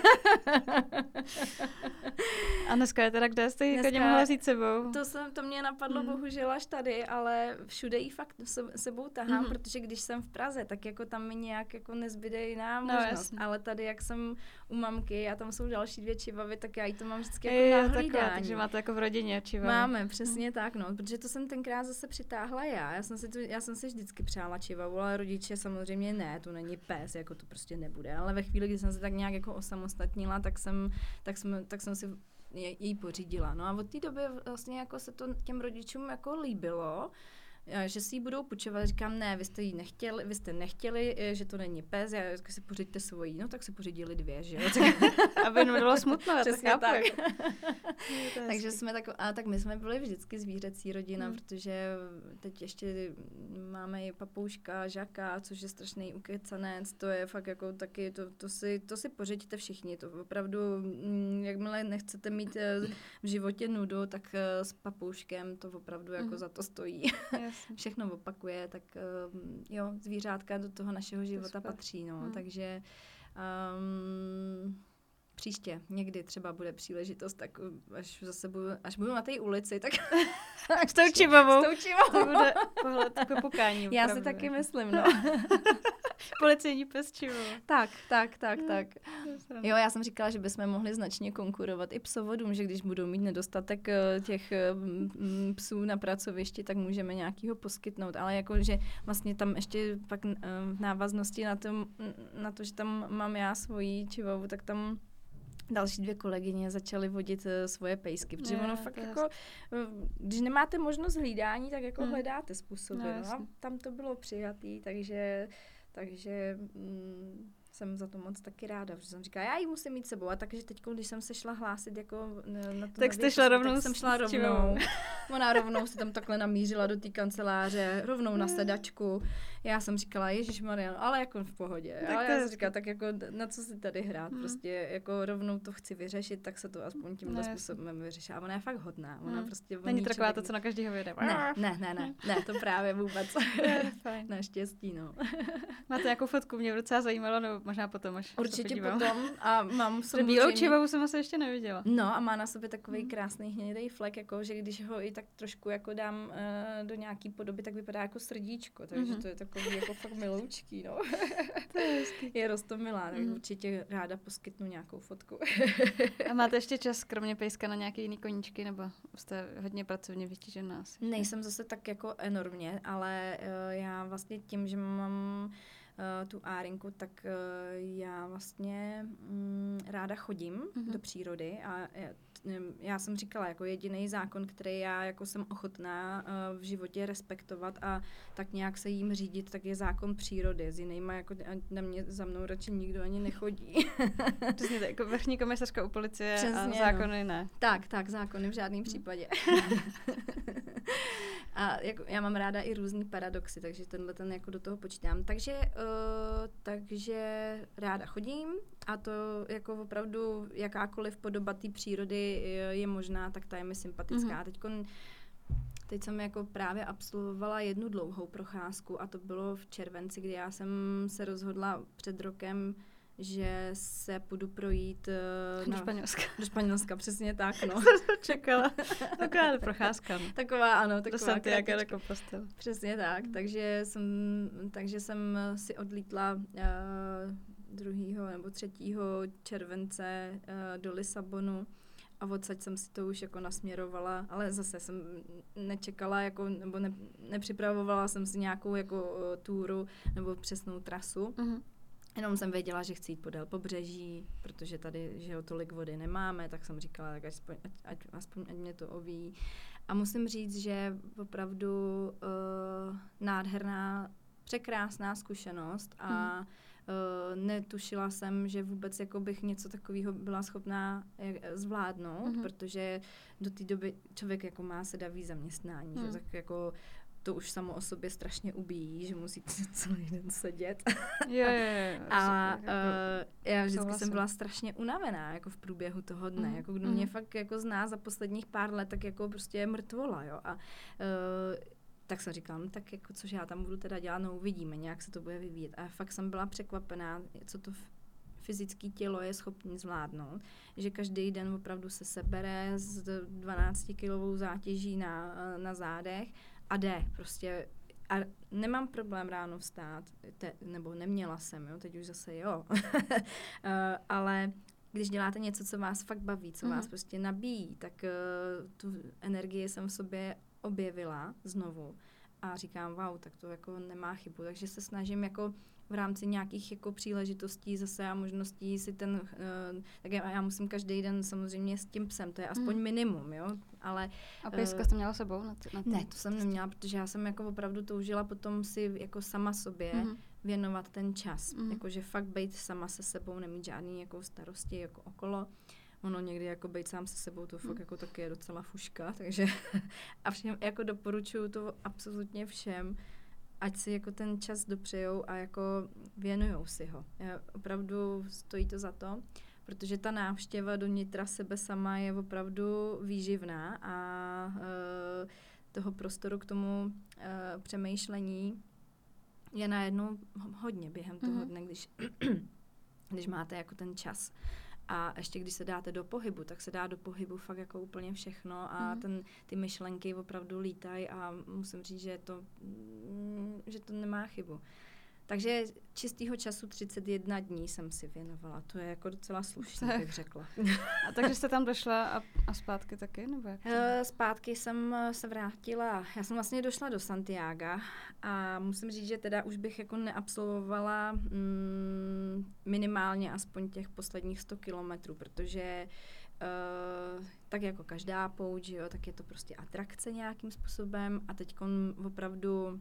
A dneska je teda kde jste ji hodně mohla vzít sebou? To mě napadlo bohužel až tady, ale všude ji fakt sebou tahám, protože když jsem v Praze, tak jako tam mi nějak jako nezbyde jiná možnost. Ale tady, jak jsem u mamky a tam jsou další 2 čivavy, tak já jí to mám vždycky jako na hlídání. Takže máte jako v rodině čivavy. Máme, přesně tak, no, protože to jsem tenkrát zase přitáhla já. Já jsem si vždycky přála čivavu, ale rodiče samozřejmě ne, to není pes, jako to prostě nebude. Ale ve chvíli, kdy jsem se tak nějak jako osamostatnila, tak jsem si jí pořídila. No a od té doby vlastně jako se to těm rodičům jako líbilo, že si ji budou půjčovat. Říkám, ne, vy jste nechtěli, že to není pes, já si pořiďte svojí, no tak si pořídili 2, že jo. Aby nebylo smutno, přesně tak. Takže tak my jsme byli vždycky zvířecí rodina, protože teď ještě máme i papouška, žaka, což je strašný ukecanec, to je fakt jako taky, to si pořiďte všichni, to opravdu, jakmile nechcete mít v životě nudu, tak s papouškem to opravdu jako za to stojí. Všechno opakuje, tak jo, zvířátka do toho našeho života patří, no, takže příště někdy třeba bude příležitost, tak až budu na té ulici, tak s tou čivavou. To bude pohled k popukání. Já si taky myslím, no. Policejní pes čivava. Tak. Jo, já jsem říkala, že bychom mohli značně konkurovat i psovodům, že když budou mít nedostatek těch psů na pracovišti, tak můžeme nějakýho poskytnout, ale jako, že vlastně tam ještě pak v návaznosti na to, že tam mám já svoji čivavu, tak tam další 2 kolegyně začaly vodit svoje pejsky, protože ono fakt jako, když nemáte možnost hlídání, tak jako hledáte způsoby. No a tam to bylo přijatý, takže jsem za to moc taky ráda, protože jsem říkala, já ji musím mít sebou. A takže teď, když jsem se šla hlásit jako na to, tak jste šla rovnou. Tak jsem šla rovnou. Ona rovnou se tam takhle namířila do té kanceláře, rovnou na sedačku. Já jsem říkala, ježišmarja, ale jako v pohodě. Ale já jsem říkala, tak jako na co si tady hrát? Prostě jako rovnou to chci vyřešit, tak se to aspoň tímhle způsobem vyřeší. A ona je fakt hodná. Ona prostě není taková to, co na každýho vyjde. Ne, to právě vůbec. Naštěstí, no. Máte nějakou fotku, mě docela zajímalo, no, možná potom, až určitě potom a mám samozřejmě... Bílou čivavu jsem asi ještě neviděla. No a má na sobě takový krásný hnědý flek, jako, že když ho i tak trošku jako dám do nějaký podoby, tak vypadá jako srdíčko, takže to je takový jako fakt miloučký, no. To je hezký. Je roztomilá, tak určitě ráda poskytnu nějakou fotku. A máte ještě čas, kromě pejska, na nějaké jiný koníčky, nebo jste hodně pracovně vytížená asi? Nejsem zase tak jako enormně, ale já vlastně tím, že mám tu Árinku, tak já vlastně ráda chodím do přírody a já jsem říkala, jako jediný zákon, který já jako jsem ochotná v životě respektovat a tak nějak se jím řídit, tak je zákon přírody. S jinýma jako na mě za mnou radši nikdo ani nechodí. Přesně, to jako vrchní komisařka u policie. Přesně, a zákony ne. Tak, zákony v žádném případě. A jako, já mám ráda i různý paradoxy, takže tenhle ten jako do toho počítám. Takže ráda chodím a to jako opravdu jakákoliv podoba té přírody je možná, tak ta je mi sympatická. Teď jsem jako právě absolvovala jednu dlouhou procházku a to bylo v červenci, kdy já jsem se rozhodla před rokem, že se půjdu projít do Španělska. Do Španělska, přesně tak, no. Jsem čekala. Taková procházka. Taková, ano. Taková do Santiago de Compostela. Přesně tak, takže jsem si odlítla 2. nebo 3. července do Lisabonu a odsaď jsem si to už jako nasměrovala, ale zase jsem nečekala, jako, nebo nepřipravovala jsem si nějakou jako túru nebo přesnou trasu. Jenom jsem věděla, že chci jít podél pobřeží, protože tady, že jo, tolik vody nemáme, tak jsem říkala, tak aspoň ať mě to oví. A musím říct, že opravdu nádherná, překrásná zkušenost a netušila jsem, že vůbec jako bych něco takového byla schopná zvládnout, protože do té doby člověk jako má sedavý zaměstnání, že tak jako to už samo o sobě strašně ubíjí, že musí celý den sedět. Jo. A já vždycky jsem byla strašně unavená jako v průběhu toho dne. Jako kdo mě fakt jako zná za posledních pár let, tak jako prostě je mrtvola, jo. A tak jsem říkala, no tak jako což já tam budu teda dělat, no uvidíme, nějak se to bude vyvíjet. A fakt jsem byla překvapená, co to fyzické tělo je schopné zvládnout, že každý den opravdu se sebere s 12kilovou zátěží na zádech a jde prostě. A nemám problém ráno vstát, nebo neměla jsem, jo, teď už zase jo. Ale když děláte něco, co vás fakt baví, co vás prostě nabíjí, tak tu energii jsem v sobě objevila znovu a říkám, wow, tak to jako nemá chybu. Takže se snažím jako v rámci nějakých jako příležitostí zase a možností si tak já musím každý den samozřejmě s tím psem, to je aspoň minimum, jo, ale... A pejska jste měla sebou? Ne, to jsem neměla, protože já jsem jako opravdu toužila potom si jako sama sobě věnovat ten čas, jakože fakt být sama se sebou, nemít žádný jako starosti jako okolo. Ono někdy jako být sám se sebou, to fakt jako taky je docela fuška, takže a všem jako doporučuju to absolutně všem, ať si jako ten čas dopřejou a jako věnujou si ho. Opravdu stojí to za to, protože ta návštěva do nitra sebe sama je opravdu výživná a toho prostoru k tomu přemýšlení je najednou hodně během toho dne, když máte jako ten čas. A ještě když se dáte do pohybu, tak se dá do pohybu fakt jako úplně všechno a ty myšlenky opravdu lítají a musím říct, že to nemá chybu. Takže čistýho času 31 dní jsem si věnovala. To je jako docela slušně, bych řekla. A takže jste tam došla a zpátky taky? Nebo jak zpátky jsem se vrátila. Já jsem vlastně došla do Santiaga a musím říct, že teda už bych jako neabsolvovala minimálně aspoň těch posledních 100 kilometrů, protože tak jako každá pouť, jo, tak je to prostě atrakce nějakým způsobem a teďkon opravdu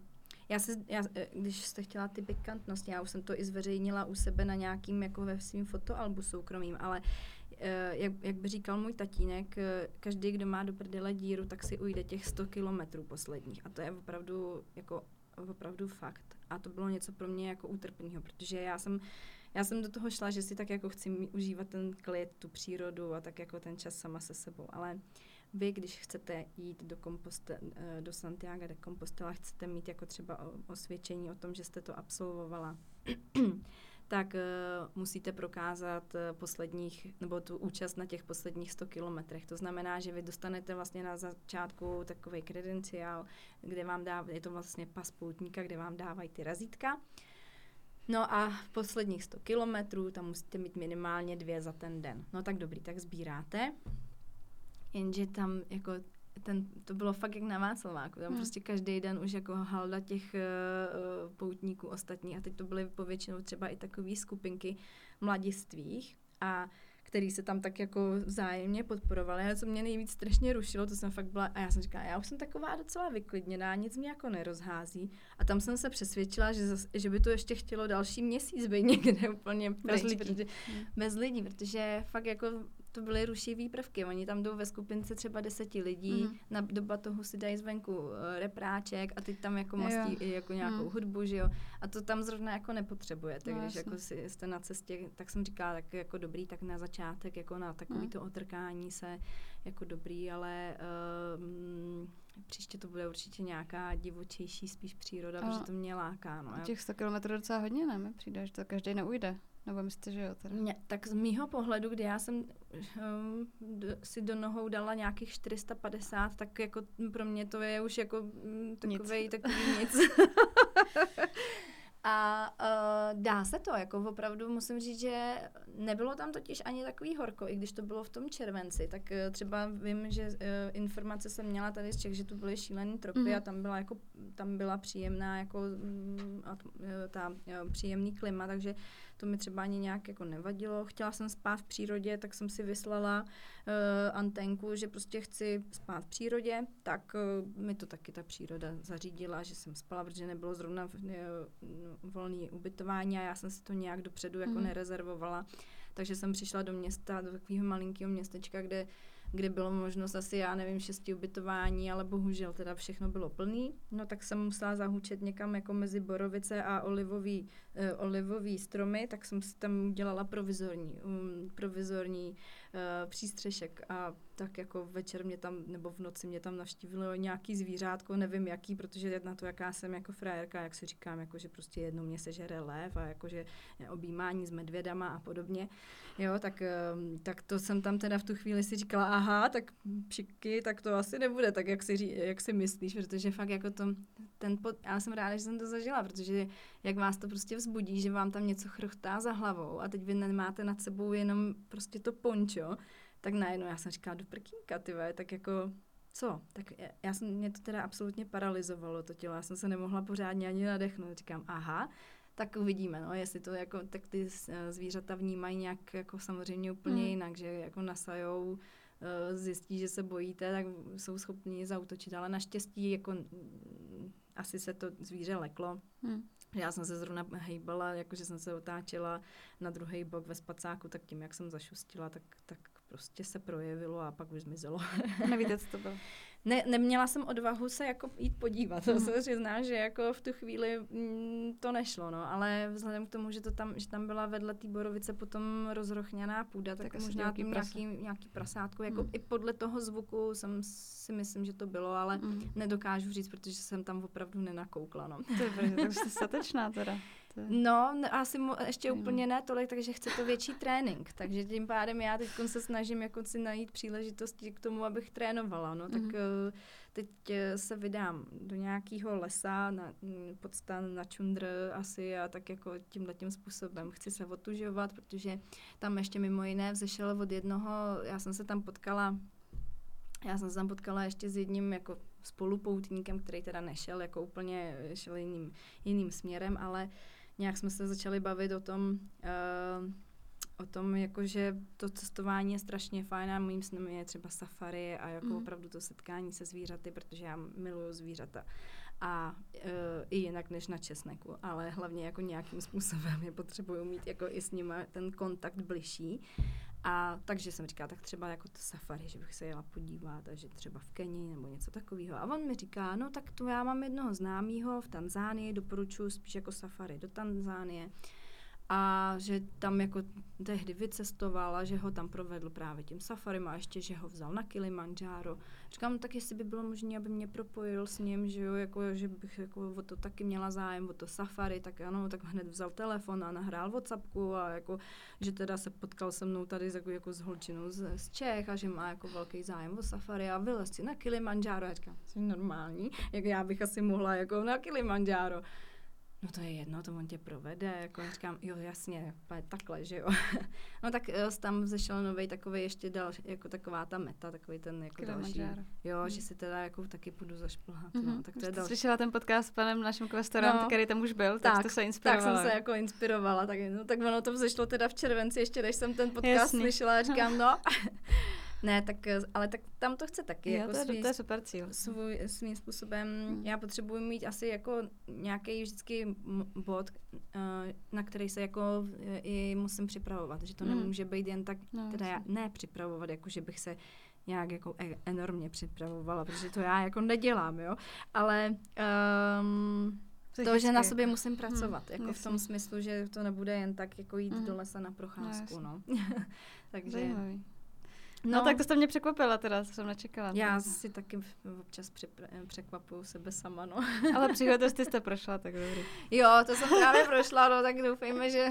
když jste chtěla ty pikantnosti, já už jsem to i zveřejnila u sebe na nějakým jako ve svým fotoalbu soukromým, ale jak by říkal můj tatínek, každý, kdo má do prdele díru, tak si ujde těch 100 kilometrů posledních a to je opravdu fakt. A to bylo něco pro mě jako útrpného, protože já jsem do toho šla, že si tak jako chci užívat ten klid, tu přírodu a tak jako ten čas sama se sebou, ale vy, když chcete jít do Santiago de Compostela, chcete mít jako třeba osvědčení o tom, že jste to absolvovala, tak musíte prokázat nebo tu účast na těch posledních 100 kilometrech. To znamená, že vy dostanete vlastně na začátku takový kredenciál, kde vám je to vlastně pas poutníka, kde vám dávají ty razítka. No a v posledních 100 kilometrů tam musíte mít minimálně 2 za ten den. No tak dobrý, tak sbíráte. Jenže tam jako to bylo fakt jak na Václaváku. Tam prostě každý den už jako halda těch poutníků ostatních. A teď to byly povětšinou třeba i takové skupinky mladistvých, a který se tam tak jako vzájemně podporovali. A co mě nejvíc strašně rušilo, to jsem fakt byla, a já jsem říkala, já už jsem taková docela vyklidněná, nic mě jako nerozhází. A tam jsem se přesvědčila, že by to ještě chtělo další měsíc být někde úplně bez lidí, protože fakt jako to byly rušivý prvky. Oni tam jdou ve skupince třeba 10 lidí, na doba toho si dají zvenku repráček a teď tam jako mastí i jako nějakou hudbu, že jo. A to tam zrovna jako nepotřebujete, když jako jste na cestě, tak jsem říkala, tak jako dobrý, tak na začátek, jako na takovýto otrkání se jako dobrý, ale příště to bude určitě nějaká divočejší spíš příroda, protože to mě láká. No. Těch 100 kilometrů docela hodně, ne? Mi přijde, že to každý neujde. Nebo myslíte, že jo? Teda? Tak z mýho pohledu, kdy já jsem si do nohou dala nějakých 450, tak jako pro mě to je už jako takový nic. A dá se to, jako opravdu musím říct, že nebylo tam totiž ani takový horko, i když to bylo v tom červenci, tak třeba vím, že informace jsem měla tady z Čech, že tu byly šílený tropy a tam byla příjemná jako příjemný klima, takže to mi třeba ani nějak jako nevadilo. Chtěla jsem spát v přírodě, tak jsem si vyslala antenku, že prostě chci spát v přírodě, tak mi to taky ta příroda zařídila, že jsem spala, protože nebylo zrovna volné ubytování a já jsem si to nějak dopředu jako nerezervovala. Takže jsem přišla do města, do takového malinkého městečka, kde bylo možnost asi, já nevím, 6 ubytování, ale bohužel teda všechno bylo plný. No tak jsem musela zahučet někam jako mezi borovice a olivový stromy, tak jsem si tam udělala provizorní přístřešek a tak jako večer mě tam, nebo v noci mě tam navštívilo nějaký zvířátko, nevím jaký, protože na to, jaká jsem jako frajerka, jak si říkám, jako že prostě jednou mě sežere lev a jakože objímání s medvědama a podobně. Jo, tak to jsem tam teda v tu chvíli si říkala, aha, tak přiky, tak to asi nebude tak, jak si myslíš, protože fakt jako já jsem ráda, že jsem to zažila, protože jak vás to prostě vzbudí, že vám tam něco chrochtá za hlavou a teď vy nemáte nad sebou jenom prostě to pončo, tak najednou já jsem říkala, do prkínka, tyve, tak jako co? Tak mě to teda absolutně paralyzovalo to tělo, já jsem se nemohla pořádně ani nadechnout, říkám, aha, tak uvidíme, no, jestli to jako, tak ty zvířata vnímají nějak jako samozřejmě úplně jinak, že jako nasajou, zjistí, že se bojíte, tak jsou schopni zaútočit, ale naštěstí jako asi se to zvíře leklo. Já jsem se zrovna hejbala, jakože jsem se otáčela na druhý bok ve spacáku, tak tím, jak jsem zašustila, tak prostě se projevilo a pak už zmizelo. Nevíte, co to bylo? Neměla jsem odvahu se jako jít podívat. To se přiznám, že jako v tu chvíli to nešlo, no, ale vzhledem k tomu, že tam byla vedle té borovice potom rozrochňaná půda, tak možná nějaký prasátko, jako i podle toho zvuku si myslím, že to bylo, ale nedokážu říct, protože jsem tam opravdu nenakoukla, no. To je pravda, takže jste statečná teda. No, asi ještě úplně ne tolik, takže chce to větší trénink. Takže tím pádem já teď se snažím jako si najít příležitosti k tomu, abych trénovala. No, tak teď se vydám do nějakého lesa, pod stan na čundr asi a tak jako tímhletím způsobem. Chci se otužovat, protože tam ještě mimo jiné vzešel od jednoho, já jsem se tam potkala ještě s jedním jako spolupoutníkem, který teda nešel, jako úplně šel jiným směrem, ale nějak jsme se začali bavit o tom, jako, že to cestování je strašně fajn a mým snem je třeba safari a jako opravdu to setkání se zvířaty, protože já miluju zvířata. A i jinak než na česneku, ale hlavně jako nějakým způsobem je potřebuju mít jako i s nima ten kontakt bližší. A takže jsem říkala, tak třeba jako to safari, že bych se jela podívat a že třeba v Keni nebo něco takového. A on mi říká, no tak to já mám jednoho známýho v Tanzánii, doporučuji spíš jako safari do Tanzánie. a že tam jako tehdy vycestoval a že ho tam provedl právě tím safarem a ještě, že ho vzal na Kilimandžáro. Říkám, tak jestli by bylo možné, aby mě propojil s ním, že jo, jako, že bych jako o to taky měla zájem, o to safari, tak ano, tak hned vzal telefon a nahrál WhatsAppku a jako, že teda se potkal se mnou tady jako s holčinou z Čech a že má jako velký zájem o safari a vylez si na Kilimandžáro. Já říkám, jsi normální, jak já bych asi mohla jako na Kilimandžáro. No to je jedno, to on tě provede, jako já říkám, jo jasně, takhle, že jo. No tak tam vzešel novej takovej ještě další, jako taková ta meta, takový ten jako další, jo, že si teda jako taky půjdu zašplhat, no, tak to je další. Slyšela ten podcast s panem naším kvestorem, který tam už byl, tak jste se inspirovala. Tak jsem se jako inspirovala, tak ono to vzešlo teda v červenci, ještě než jsem ten podcast slyšela a říkám, no... Ne, ale tak tam to chce taky. Jo, jako to je super cíl. Svým způsobem já potřebuji mít asi jako nějaký vždycky bod, na který se jako i musím připravovat. Že to nemůže být jen tak, teda já nepřipravovat, jako že bych se nějak jako enormně připravovala, protože to já jako nedělám, jo. Ale to, že na sobě musím pracovat, jako v tom smyslu, že to nebude jen tak jako jít do lesa na procházku, no. Takže... Zajímavý. No tak to jste mě překvapila teda, to jsem nečekala. Já si taky občas překvapuju sebe sama, no. Ale příhodnosti jste prošla, tak dobrý. Jo, to jsem právě prošla, no, tak doufejme, že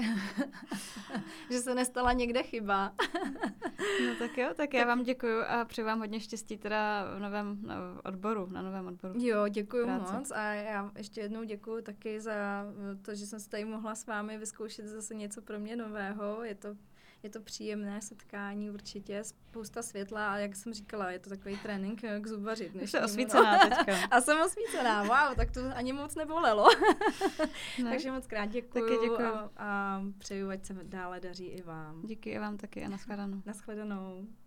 se nestala někde chyba. No tak jo, tak já vám děkuju a přeju vám hodně štěstí teda v novém odboru, na novém odboru. Jo, děkuju moc a já ještě jednou děkuju taky za to, že jsem se tady mohla s vámi vyzkoušet zase něco pro mě nového. Je to příjemné setkání určitě, spousta světla a jak jsem říkala, je to takový trénink k zubaři. Jsi osvícená teďka. A jsem osvícená, wow, tak to ani moc nebolelo. Takže moc krát děkuju a přeju, ať se dále daří i vám. Díky i vám taky a nashledanou. Nashledanou.